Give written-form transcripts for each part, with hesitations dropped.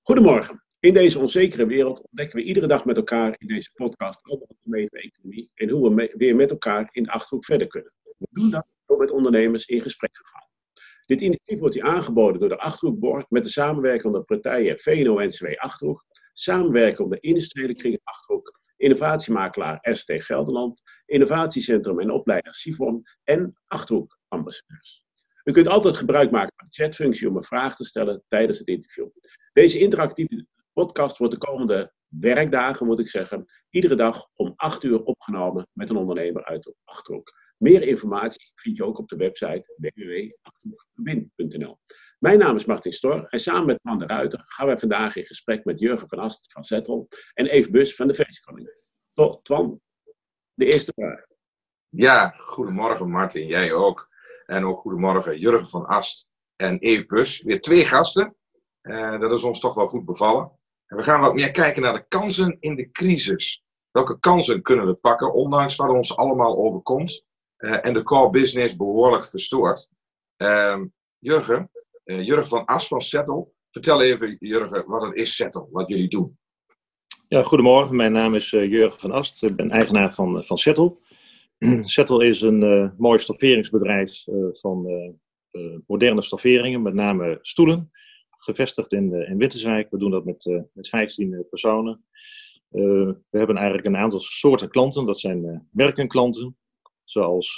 Goedemorgen. In deze onzekere wereld ontdekken we iedere dag met elkaar in deze podcast over de gemeten economie en hoe we weer met elkaar in de Achterhoek verder kunnen. We doen dat door met ondernemers in gesprek te gaan. Dit initiatief wordt hier aangeboden door de Achterhoek-board met de samenwerkende partijen VNO-NCW Achterhoek, samenwerkende industriële kringen Achterhoek, innovatiemakelaar ST Gelderland, innovatiecentrum en opleider Sivon en Achterhoek-ambassadeurs. U kunt altijd gebruik maken van de chatfunctie om een vraag te stellen tijdens het interview. Deze interactieve podcast wordt de komende werkdagen, moet ik zeggen, iedere dag om 8 uur opgenomen met een ondernemer uit de Achterhoek. Meer informatie vind je ook op de website www.achterhoekverbin.nl. Mijn naam is Martin Stor en samen met Twan de Ruiter gaan wij vandaag in gesprek met Jurgen van Ast van Zettel en Eve Bus van de Feestkoning. Twan, de eerste vraag. Ja, goedemorgen Martin, jij ook. En ook goedemorgen Jurgen van Ast en Eve Bus. Weer 2 gasten. Dat is ons toch wel goed bevallen. En we gaan wat meer kijken naar de kansen in de crisis. Welke kansen kunnen we pakken, ondanks wat ons allemaal overkomt en de core business behoorlijk verstoort. Jurgen van Ast van Zettel. Vertel even, Jurgen, wat het is Zettel, wat jullie doen. Ja, goedemorgen, mijn naam is Jurgen van Ast. Ik ben eigenaar van Zettel. Zettel is een mooi stofferingsbedrijf van moderne stofferingen, met name stoelen. Gevestigd in Winterswijk. We doen dat met 15 personen. We hebben eigenlijk een aantal soorten klanten. Dat zijn merkenklanten, zoals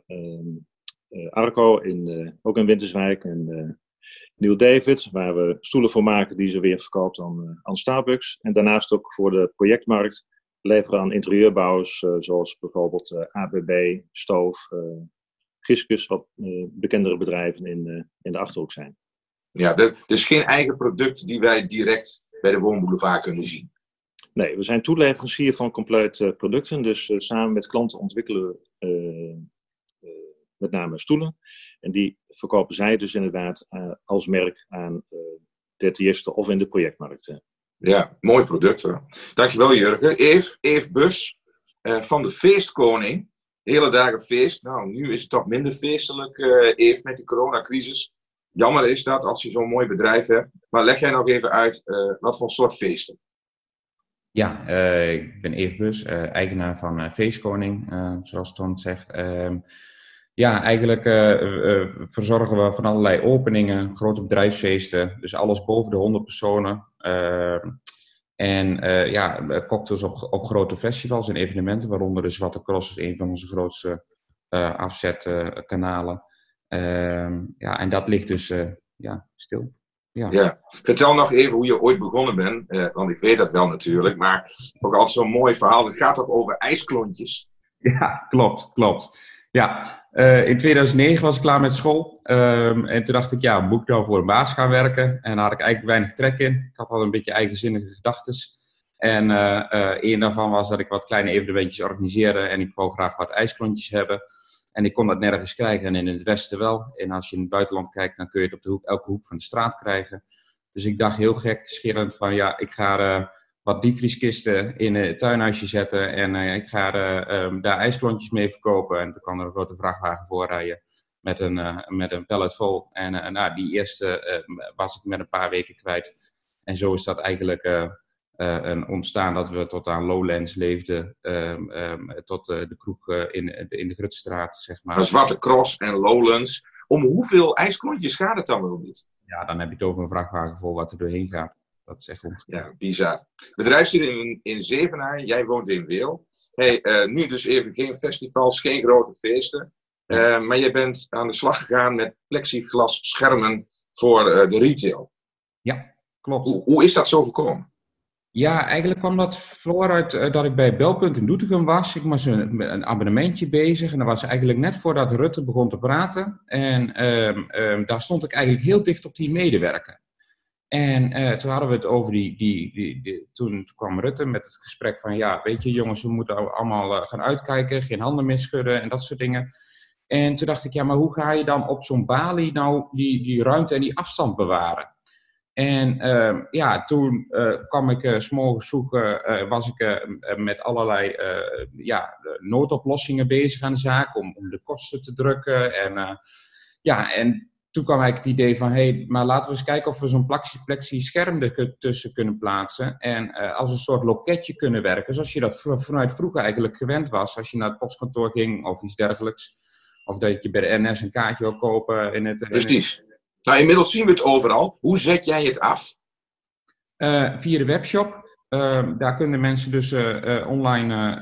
Arco, ook in Winterswijk. En Neil David, waar we stoelen voor maken die ze weer verkoopt aan Starbucks. En daarnaast ook voor de projectmarkt leveren aan interieurbouwers, zoals bijvoorbeeld ABB, Stoof, Giscus, wat bekendere bedrijven in de Achterhoek zijn. Ja, dus geen eigen product die wij direct bij de Woonboulevard kunnen zien. Nee, we zijn toeleverancier van compleet producten. Dus samen met klanten ontwikkelen we met name stoelen. En die verkopen zij dus inderdaad als merk aan detailisten of in de projectmarkt. Ja, mooi product hoor. Dankjewel Jurgen. Eve Bus van de Feestkoning. Hele dagen feest. Nou, nu is het toch minder feestelijk, Eve, met de coronacrisis. Jammer is dat als je zo'n mooi bedrijf hebt. Maar leg jij nog even uit wat voor soort feesten? Ja, ik ben Eve Bus, eigenaar van Feestkoning, zoals Ton zegt. Eigenlijk verzorgen we van allerlei openingen, grote bedrijfsfeesten. Dus alles boven de 100 personen. Cocktails op grote festivals en evenementen. Waaronder de Zwarte Cross is een van onze grootste afzetkanalen. En dat ligt dus stil. Ja. Vertel nog even hoe je ooit begonnen bent, want ik weet dat wel natuurlijk, maar het is ook altijd zo'n mooi verhaal. Het gaat toch over ijsklontjes? Ja, klopt. Ja, in 2009 was ik klaar met school en toen dacht ik, moet ik nou voor een baas gaan werken? En daar had ik eigenlijk weinig trek in. Ik had al een beetje eigenzinnige gedachten. En een daarvan was dat ik wat kleine evenementjes organiseerde en ik wou graag wat ijsklontjes hebben. En ik kon dat nergens krijgen en in het westen wel. En als je in het buitenland kijkt, dan kun je het op elke hoek van de straat krijgen. Dus ik dacht heel gek, schillend van ik ga wat diepvrieskisten in het tuinhuisje zetten. En ik ga daar ijsklontjes mee verkopen. En toen kwam er een grote vrachtwagen voorrijden met een pallet vol. En die eerste was ik met een paar weken kwijt. En zo is dat eigenlijk ontstaan dat we tot aan Lowlands leefden, tot de kroeg in de Grutstraat, zeg maar. Een Zwarte Cross en Lowlands. Om hoeveel ijsklontjes gaat het dan wel niet? Ja, dan heb je het over een vrachtwagen vol wat er doorheen gaat. Dat is echt ongeveer. Ja, bizar. Bedrijf zit in Zevenaar, jij woont in Weel. Nu dus even geen festivals, geen grote feesten. Maar je bent aan de slag gegaan met plexiglas schermen voor de retail. Ja, klopt. Hoe is dat zo gekomen? Ja, eigenlijk kwam dat vooruit dat ik bij Belpunt in Doetinchem was. Ik was met een abonnementje bezig en dat was eigenlijk net voordat Rutte begon te praten. En daar stond ik eigenlijk heel dicht op die medewerker. En toen hadden we het over toen kwam Rutte met het gesprek van weet je jongens, we moeten allemaal gaan uitkijken, geen handen meer schudden en dat soort dingen. En toen dacht ik, maar hoe ga je dan op zo'n balie nou die ruimte en die afstand bewaren? En toen kwam ik 's morgens vroeg, was ik met allerlei noodoplossingen bezig aan de zaak om de kosten te drukken. En toen kwam eigenlijk het idee van, maar laten we eens kijken of we zo'n plexi-scherm er tussen kunnen plaatsen. En als een soort loketje kunnen werken, zoals je dat vanuit vroeger eigenlijk gewend was. Als je naar het postkantoor ging of iets dergelijks. Of dat je bij de NS een kaartje wil kopen. Precies. Nou, inmiddels zien we het overal. Hoe zet jij het af? Via de webshop. Daar kunnen mensen dus online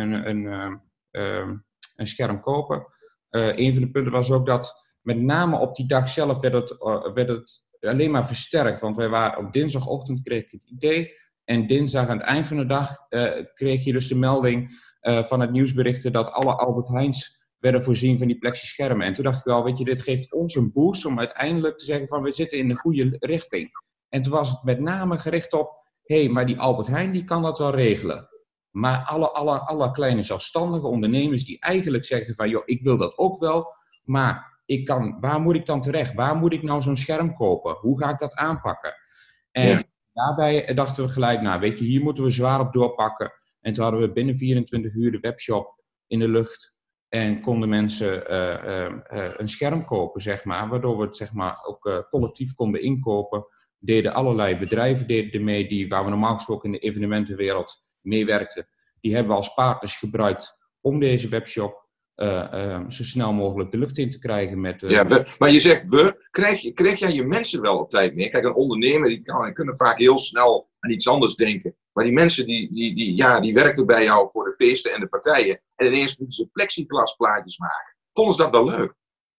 een scherm kopen. Een van de punten was ook dat met name op die dag zelf werd het alleen maar versterkt. Want wij waren op dinsdagochtend kreeg ik het idee. En dinsdag aan het eind van de dag kreeg je dus de melding van het nieuwsberichten dat alle Albert Heijns werden voorzien van die plexi-schermen. En toen dacht ik wel, weet je, dit geeft ons een boost om uiteindelijk te zeggen van we zitten in de goede richting. En toen was het met name gericht op, maar die Albert Heijn die kan dat wel regelen. Maar alle kleine zelfstandige ondernemers die eigenlijk zeggen van, joh, ik wil dat ook wel, maar waar moet ik dan terecht? Waar moet ik nou zo'n scherm kopen? Hoe ga ik dat aanpakken? En daarbij dachten we gelijk, nou weet je, hier moeten we zwaar op doorpakken. En toen hadden we binnen 24 uur de webshop in de lucht. En konden mensen een scherm kopen, zeg maar. Waardoor we het zeg maar, ook collectief konden inkopen. Allerlei bedrijven deden ermee, waar we normaal gesproken in de evenementenwereld meewerkten. Die hebben we als partners gebruikt om deze webshop zo snel mogelijk de lucht in te krijgen. Maar je zegt krijg jij je mensen wel op tijd mee? Kijk, een ondernemer die kunnen vaak heel snel aan iets anders denken. Maar die mensen die werkten bij jou voor de feesten en de partijen. En ineens moeten ze plexiglasplaatjes maken. Vonden ze dat wel leuk?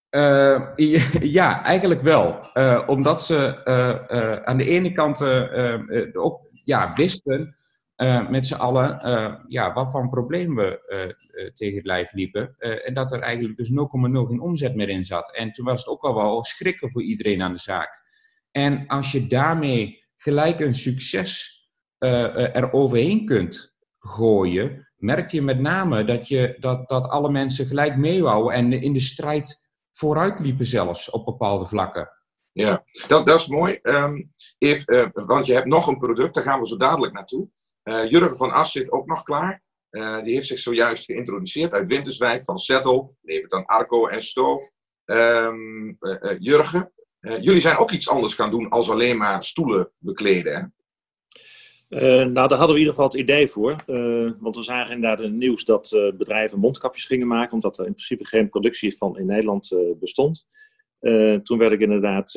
Ja, eigenlijk wel. Omdat ze aan de ene kant ook wisten met z'n allen wat voor een probleem we tegen het lijf liepen. En dat er eigenlijk dus 0,0 geen omzet meer in zat. En toen was het ook al wel schrikken voor iedereen aan de zaak. En als je daarmee gelijk een succes er overheen kunt gooien, merk je met name dat alle mensen gelijk meewouden en in de strijd vooruit liepen zelfs op bepaalde vlakken. Ja, dat is mooi. Want je hebt nog een product, daar gaan we zo dadelijk naartoe. Jurgen van Ast zit ook nog klaar. Die heeft zich zojuist geïntroduceerd uit Winterswijk van Settle. Levert aan Arco en Stoof. Jurgen, jullie zijn ook iets anders gaan doen als alleen maar stoelen bekleden, hè? Daar hadden we in ieder geval het idee voor. Want we zagen inderdaad in het nieuws dat bedrijven mondkapjes gingen maken, omdat er in principe geen productie van in Nederland bestond. Toen werd ik inderdaad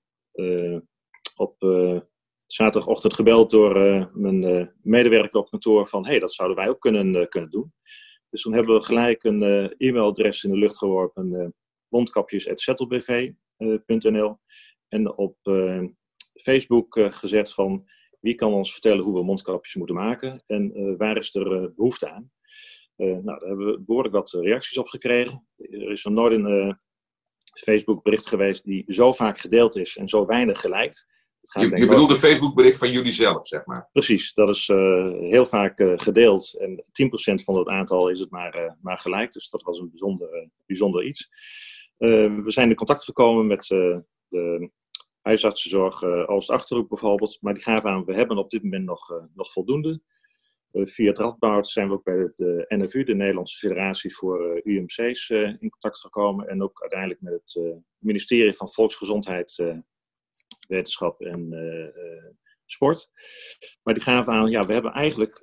op zaterdagochtend gebeld door mijn medewerker op kantoor van dat zouden wij ook kunnen doen. Dus toen hebben we gelijk een e-mailadres in de lucht geworpen, mondkapjes@settlebv.nl en op Facebook gezet van wie kan ons vertellen hoe we mondkapjes moeten maken en waar is er behoefte aan. Daar hebben we behoorlijk wat reacties op gekregen. Er is nog nooit een Facebook bericht geweest die zo vaak gedeeld is en zo weinig gelijkt. Je bedoelt een Facebook bericht van jullie zelf, zeg maar. Precies, dat is heel vaak gedeeld en 10% van het aantal is het maar gelijk. Dus dat was een bijzonder iets. We zijn in contact gekomen met de huisartsenzorg Oost-Achterhoek bijvoorbeeld. Maar die gaven aan, we hebben op dit moment nog voldoende. Via het Radboud zijn we ook bij de NFU, de Nederlandse Federatie voor UMC's, in contact gekomen. En ook uiteindelijk met het ministerie van Volksgezondheid, Wetenschap en Sport. Maar die gaven aan, we hebben eigenlijk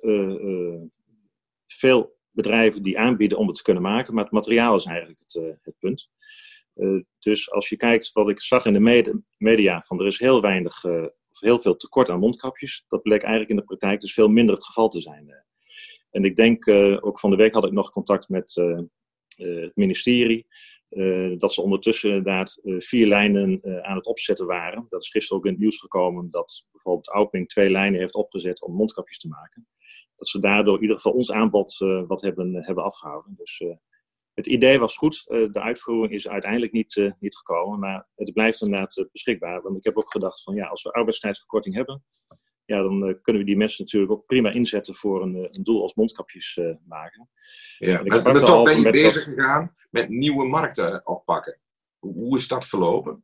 veel bedrijven die aanbieden om het te kunnen maken. Maar het materiaal is eigenlijk het punt. Dus als je kijkt wat ik zag in de media, van er is heel weinig of heel veel tekort aan mondkapjes. Dat bleek eigenlijk in de praktijk dus veel minder het geval te zijn. En ik denk, ook van de week had ik nog contact met het ministerie, dat ze ondertussen inderdaad 4 lijnen aan het opzetten waren. Dat is gisteren ook in het nieuws gekomen dat bijvoorbeeld Auping 2 lijnen heeft opgezet om mondkapjes te maken. Dat ze daardoor in ieder geval ons aanbod wat hebben afgehouden. Dus het idee was goed, de uitvoering is uiteindelijk niet gekomen, maar het blijft inderdaad beschikbaar. Want ik heb ook gedacht van als we arbeidstijdsverkorting hebben, dan kunnen we die mensen natuurlijk ook prima inzetten voor een doel als mondkapjes maken. Ja, maar toch ben je bezig gegaan met nieuwe markten oppakken. Hoe is dat verlopen?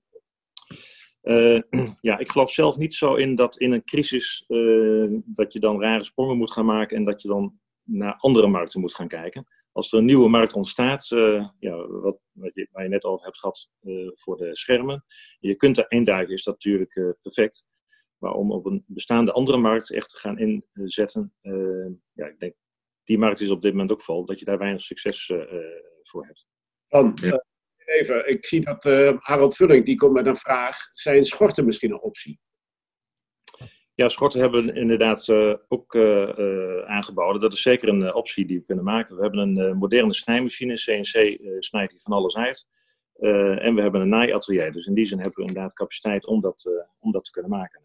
Ik geloof zelf niet zo in dat in een crisis dat je dan rare sprongen moet gaan maken en dat je dan naar andere markten moet gaan kijken. Als er een nieuwe markt ontstaat, waar je net over hebt gehad voor de schermen, je kunt er induiken, is dat natuurlijk perfect. Maar om op een bestaande andere markt echt te gaan inzetten, ik denk, die markt is op dit moment ook vol, dat je daar weinig succes voor hebt. Dan, even, ik zie dat Harold Vulling, die komt met een vraag. Zijn schorten misschien een optie? Ja, schorten hebben we inderdaad ook aangeboden. Dat is zeker een optie die we kunnen maken. We hebben een moderne snijmachine, CNC snijdt die van alles uit. En we hebben een naaiatelier. Dus in die zin hebben we inderdaad capaciteit om dat te kunnen maken.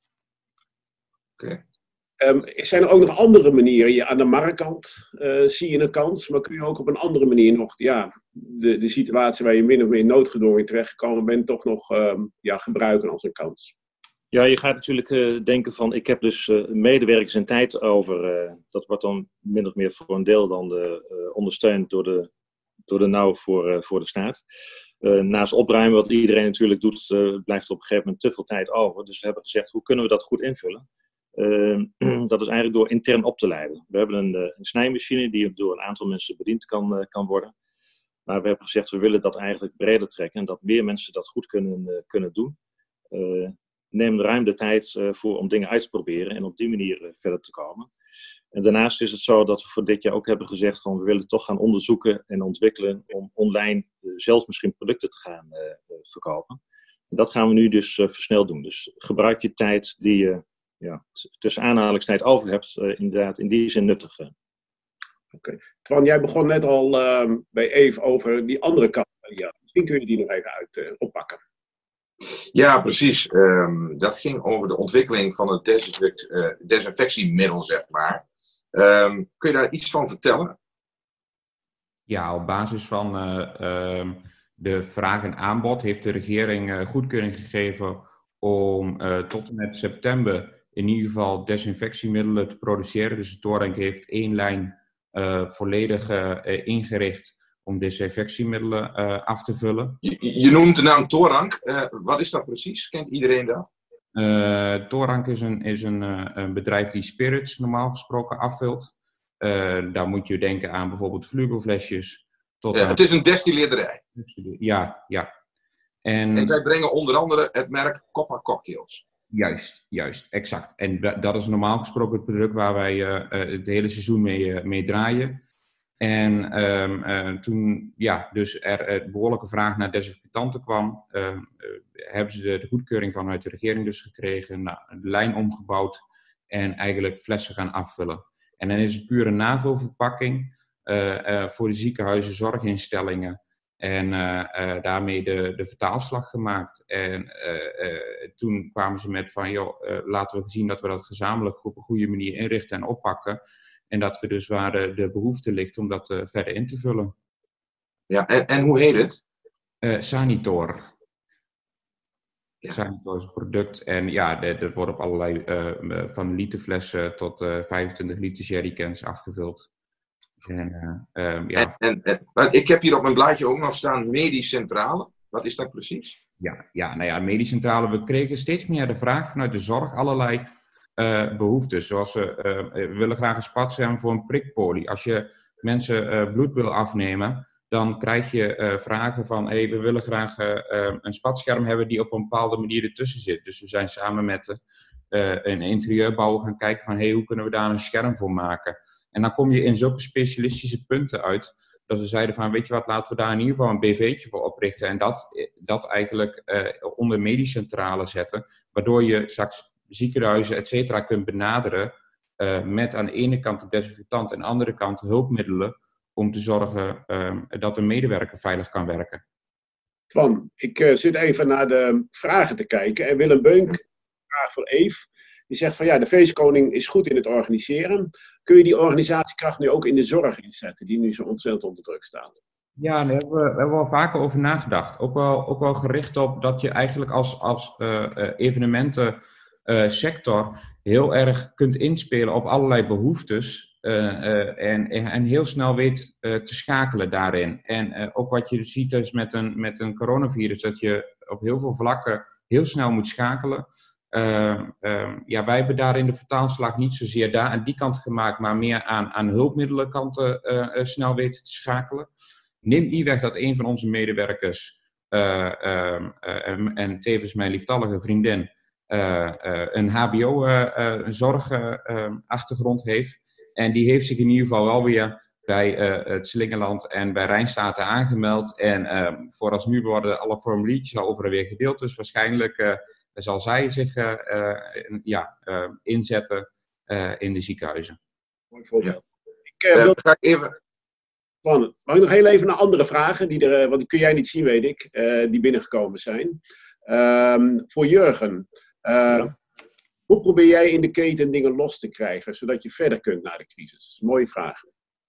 Oké. Zijn er ook nog andere manieren? Aan de marktkant zie je een kans, maar kun je ook op een andere manier nog de situatie waar je min of meer noodgedwongen terechtgekomen bent, toch nog gebruiken als een kans? Ja, je gaat natuurlijk denken van, ik heb dus medewerkers en tijd over. Dat wordt dan min of meer voor een deel dan ondersteund door de NAU voor de staat. Naast opruimen, wat iedereen natuurlijk doet, blijft er op een gegeven moment te veel tijd over. Dus we hebben gezegd, hoe kunnen we dat goed invullen? Dat is eigenlijk door intern op te leiden. We hebben een snijmachine die door een aantal mensen bediend kan worden. Maar we hebben gezegd, we willen dat eigenlijk breder trekken en dat meer mensen dat goed kunnen doen. Neem ruim de tijd voor om dingen uit te proberen en op die manier verder te komen. En daarnaast is het zo dat we voor dit jaar ook hebben gezegd van we willen toch gaan onderzoeken en ontwikkelen om online zelfs misschien producten te gaan verkopen. En dat gaan we nu dus versneld doen. Dus gebruik je tijd die je tussen aanhalingstijd over hebt, inderdaad in die zin nuttig. Oké. Twan, jij begon net al bij Eve over die andere kant. Ja, misschien kun je die nog even oppakken. Ja, precies. Dat ging over de ontwikkeling van het desinfectiemiddel, zeg maar. Kun je daar iets van vertellen? Ja, op basis van de vraag en aanbod heeft de regering goedkeuring gegeven om tot en met september in ieder geval desinfectiemiddelen te produceren. Dus Torank heeft 1 lijn volledig ingericht om desinfectiemiddelen af te vullen. Je noemt de naam Torank. Wat is dat precies? Kent iedereen dat? Torank is een bedrijf die spirits normaal gesproken afvult. Daar moet je denken aan bijvoorbeeld Flugelflesjes. Het is een destilleerderij. Ja. En zij brengen onder andere het merk Coppa Cocktails. Juist, exact. En dat is normaal gesproken het product waar wij het hele seizoen mee draaien. En toen dus er behoorlijke vraag naar desinfectanten kwam, hebben ze de goedkeuring vanuit de regering dus gekregen, de lijn omgebouwd en eigenlijk flessen gaan afvullen. En dan is het puur een navulverpakking voor de ziekenhuizen, zorginstellingen. En daarmee de vertaalslag gemaakt. En toen kwamen ze met van, laten we zien dat we dat gezamenlijk op een goede manier inrichten en oppakken. En dat we dus waar de behoefte ligt om dat verder in te vullen. Ja, en hoe heet het? Sanitor. Ja. Sanitor is een product. En dat wordt op allerlei, van literflessen tot 25 liter jerrycans afgevuld. Maar ik heb hier op mijn blaadje ook nog staan medisch centrale. Wat is dat precies? Medisch centrale. We kregen steeds meer de vraag vanuit de zorg allerlei behoeftes. Zoals we willen graag een spatscherm voor een prikpolie. Als je mensen bloed wil afnemen, dan krijg je vragen van we willen graag een spatscherm hebben die op een bepaalde manier ertussen zit. Dus we zijn samen met een interieurbouwer gaan kijken van hoe kunnen we daar een scherm voor maken. En dan kom je in zulke specialistische punten uit, dat we zeiden van, weet je wat, laten we daar in ieder geval een BV'tje voor oprichten. En dat eigenlijk onder medisch centrale zetten, waardoor je straks ziekenhuizen, et cetera, kunt benaderen met aan de ene kant de desinfectant en aan de andere kant hulpmiddelen om te zorgen dat een medewerker veilig kan werken. Twan, ik zit even naar de vragen te kijken. En Willem Beunk, vraag voor Eve. Die zegt van de feestkoning is goed in het organiseren. Kun je die organisatiekracht nu ook in de zorg inzetten, die nu zo ontzettend onder druk staat? Ja, daar hebben we wel vaker over nagedacht. Ook wel gericht op dat je eigenlijk als evenementensector heel erg kunt inspelen op allerlei behoeftes. En heel snel weet te schakelen daarin. En ook wat je ziet is met een coronavirus, dat je op heel veel vlakken heel snel moet schakelen. Ja, wij hebben daar in de vertaalslag niet zozeer aan die kant gemaakt, maar meer aan hulpmiddelenkanten snel weten te schakelen. Neemt niet weg dat een van onze medewerkers en tevens mijn lieftallige vriendin een HBO-zorgachtergrond heeft. En die heeft zich in ieder geval wel weer bij het Slingeland en bij Rijnstaten aangemeld. En vooralsnu worden alle formuliertjes al over en weer gedeeld. Dus waarschijnlijk zal zij zich inzetten in de ziekenhuizen. Mooi voorbeeld. Ja. Ga ik even... Spannend. Mag ik nog heel even naar andere vragen, want die kun jij niet zien, weet ik, die binnengekomen zijn. Voor Jurgen. Hoe probeer jij in de keten dingen los te krijgen, zodat je verder kunt na de crisis? Mooie vraag.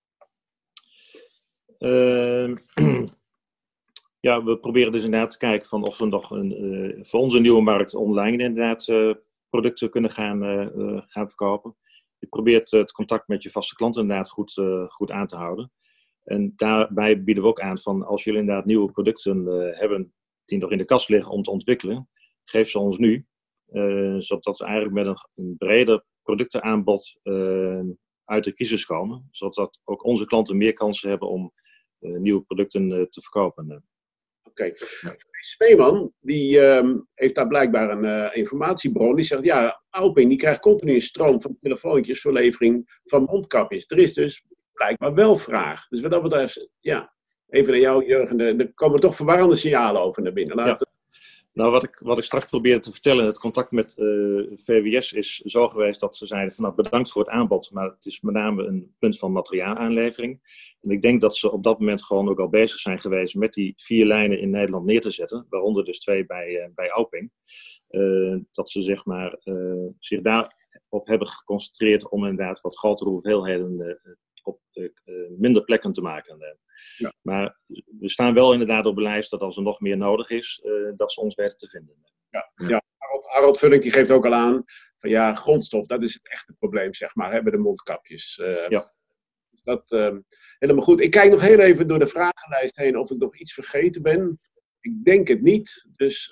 Ja, we proberen dus inderdaad te kijken van of we nog voor onze nieuwe markt online inderdaad producten kunnen gaan verkopen. Je probeert het contact met je vaste klanten inderdaad goed aan te houden. En daarbij bieden we ook aan van als jullie inderdaad nieuwe producten hebben die nog in de kast liggen om te ontwikkelen, geef ze ons nu. Zodat we eigenlijk met een breder productenaanbod uit de crisis komen. Zodat ook onze klanten meer kansen hebben om nieuwe producten te verkopen. Oké. Smeeman, die heeft daar blijkbaar een informatiebron. Die zegt, ja, Alping die krijgt continu een stroom van telefoontjes voor levering van mondkapjes. Er is dus blijkbaar wel vraag. Dus wat dat betreft, ja, even naar jou, Jurgen. Er komen toch verwarrende signalen over naar binnen. Nou, wat ik straks probeerde te vertellen, het contact met VWS is zo geweest dat ze zeiden van bedankt voor het aanbod, maar het is met name een punt van materiaalaanlevering. En ik denk dat ze op dat moment gewoon ook al bezig zijn geweest met die 4 lijnen in Nederland neer te zetten, waaronder dus 2 bij Alping. Dat ze zeg maar zich daarop hebben geconcentreerd om inderdaad wat grotere hoeveelheden op minder plekken te maken. Ja. Maar we staan wel inderdaad op de lijst dat als er nog meer nodig is, dat ze ons weten te vinden. Ja. Harold Vulling die geeft ook al aan van ja, grondstof, dat is het echte probleem, zeg maar, bij de mondkapjes. Ja. Dat helemaal goed. Ik kijk nog heel even door de vragenlijst heen of ik nog iets vergeten ben. Ik denk het niet. Dus,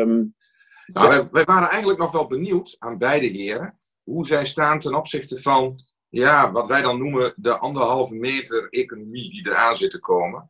wij waren eigenlijk nog wel benieuwd aan beide heren hoe zij staan ten opzichte van wat wij dan noemen de 1,5 meter economie die eraan zit te komen.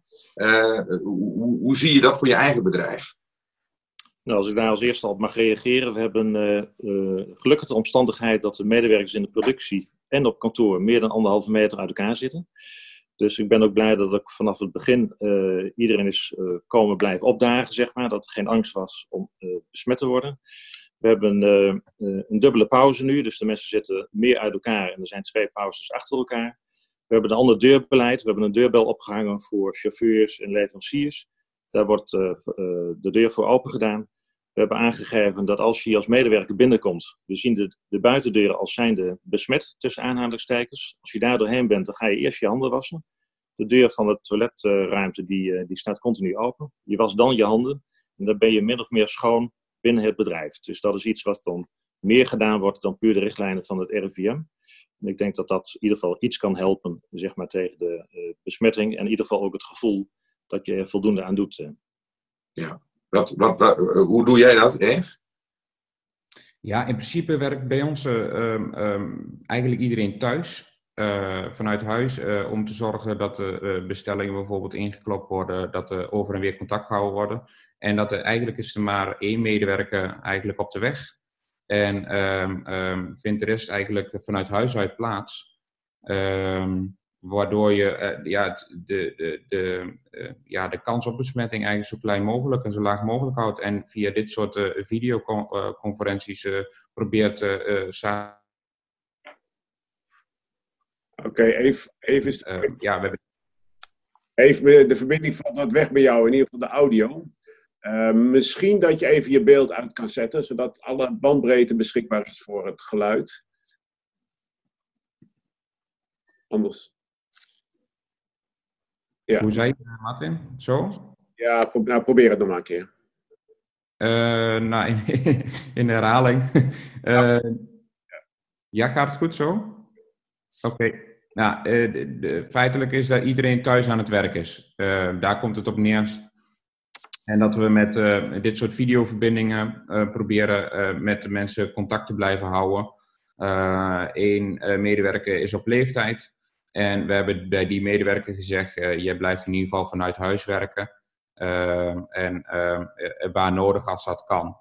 Hoe zie je dat voor je eigen bedrijf? Nou, als ik daar als eerste op mag reageren. We hebben gelukkig de omstandigheid dat de medewerkers in de productie en op kantoor meer dan 1,5 meter uit elkaar zitten. Dus ik ben ook blij dat ook vanaf het begin iedereen is komen blijven opdagen, zeg maar. Dat er geen angst was om besmet te worden. We hebben een dubbele pauze nu, dus de mensen zitten meer uit elkaar en er zijn 2 pauzes achter elkaar. We hebben een ander deurbeleid. We hebben een deurbel opgehangen voor chauffeurs en leveranciers. Daar wordt de deur voor open gedaan. We hebben aangegeven dat als je hier als medewerker binnenkomt, we zien de buitendeuren als zijnde besmet, tussen aanhalingstekens. Als je daar doorheen bent, dan ga je eerst je handen wassen. De deur van de toiletruimte die staat continu open. Je wast dan je handen en dan ben je min of meer schoon binnen het bedrijf. Dus dat is iets wat dan meer gedaan wordt dan puur de richtlijnen van het RIVM. En ik denk dat dat in ieder geval iets kan helpen, zeg maar, tegen de besmetting. En in ieder geval ook het gevoel dat je er voldoende aan doet. Ja. Hoe doe jij dat, Eve? Ja, in principe werkt bij ons eigenlijk iedereen thuis, vanuit huis, om te zorgen dat de bestellingen bijvoorbeeld ingeklopt worden, dat er over en weer contact gehouden worden. En dat er eigenlijk is er maar 1 medewerker eigenlijk op de weg. En vindt de rest eigenlijk vanuit huis uit plaats. Waardoor je de kans op besmetting eigenlijk zo klein mogelijk en zo laag mogelijk houdt. En via dit soort videoconferenties probeert samen. Oké, even is Even de verbinding valt wat weg bij jou, in ieder geval de audio. Misschien dat je even je beeld uit kan zetten, zodat alle bandbreedte beschikbaar is voor het geluid. Anders. Ja. Hoe zei je, Martin? Zo? Ja, probeer het nog maar een keer. In herhaling. Ja, gaat het goed zo? Oké. Nou, feitelijk is dat iedereen thuis aan het werk is. Daar komt het op neer. En dat we met dit soort videoverbindingen proberen met de mensen contact te blijven houden. Eén medewerker is op leeftijd. En we hebben bij die medewerker gezegd, jij blijft in ieder geval vanuit huis werken. En waar nodig als dat kan.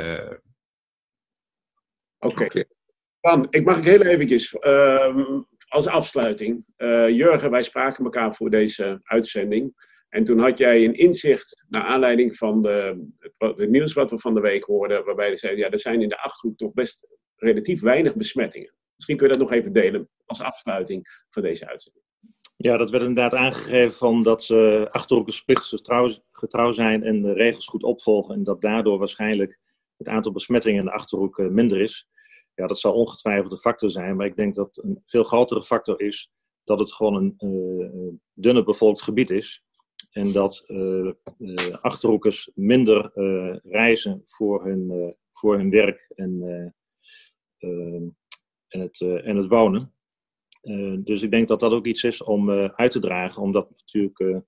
Oké. Dan, ik mag heel eventjes, als afsluiting. Jurgen, wij spraken elkaar voor deze uitzending. En toen had jij een inzicht naar aanleiding van het nieuws wat we van de week hoorden. Waarbij je zei, ja, er zijn in de Achterhoek toch best relatief weinig besmettingen. Misschien kun je dat nog even delen als afsluiting van deze uitzending. Ja, dat werd inderdaad aangegeven van dat Achterhoekers plichtsgetrouw zijn en de regels goed opvolgen. En dat daardoor waarschijnlijk het aantal besmettingen in de Achterhoek minder is. Ja, dat zal ongetwijfeld een factor zijn. Maar ik denk dat een veel grotere factor is dat het gewoon een dunne bevolkt gebied is. En dat Achterhoekers minder reizen voor hun werk en het wonen. Dus ik denk dat dat ook iets is om uit te dragen. Omdat natuurlijk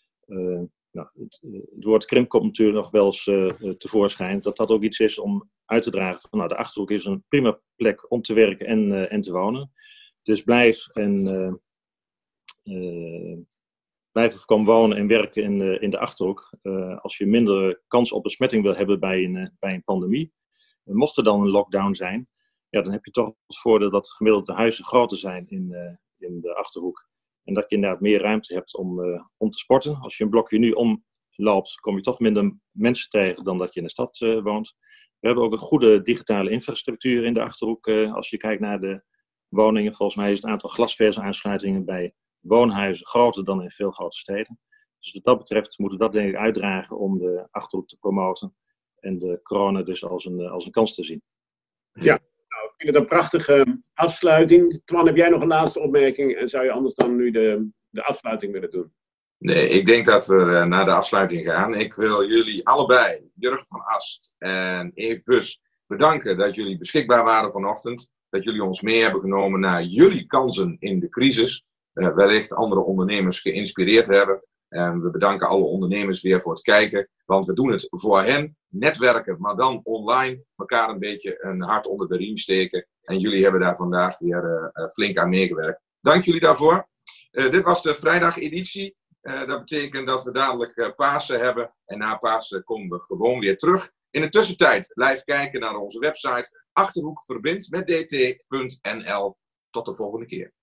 het woord krimp komt natuurlijk nog wel eens tevoorschijn. Dat ook iets is om uit te dragen van nou, de Achterhoek is een prima plek om te werken en te wonen. Dus blijf komen wonen en werken in de Achterhoek. Als je minder kans op besmetting wil hebben bij een pandemie. Mocht er dan een lockdown zijn, ja, dan heb je toch het voordeel dat gemiddeld de huizen groter zijn in de Achterhoek. En dat je inderdaad meer ruimte hebt om te sporten. Als je een blokje nu omloopt, kom je toch minder mensen tegen dan dat je in de stad woont. We hebben ook een goede digitale infrastructuur in de Achterhoek. Als je kijkt naar de woningen, volgens mij is het aantal glasvezelaansluitingen bij woonhuizen groter dan in veel grote steden. Dus wat dat betreft moeten we dat denk ik uitdragen om de Achterhoek te promoten. En de corona dus als een kans te zien. Ja. Nou, ik vind het een prachtige afsluiting. Twan, heb jij nog een laatste opmerking? En zou je anders dan nu de afsluiting willen doen? Nee, ik denk dat we naar de afsluiting gaan. Ik wil jullie allebei, Jurgen van Ast en Eve Bus, bedanken dat jullie beschikbaar waren vanochtend. Dat jullie ons mee hebben genomen naar jullie kansen in de crisis. Wellicht andere ondernemers geïnspireerd hebben. En we bedanken alle ondernemers weer voor het kijken. Want we doen het voor hen. Netwerken, maar dan online. Elkaar een beetje een hart onder de riem steken. En jullie hebben daar vandaag weer flink aan meegewerkt. Dank jullie daarvoor. Dit was de vrijdageditie. Dat betekent dat we dadelijk Pasen hebben. En na Pasen komen we gewoon weer terug. In de tussentijd blijf kijken naar onze website achterhoekverbindt.dt.nl. Tot de volgende keer.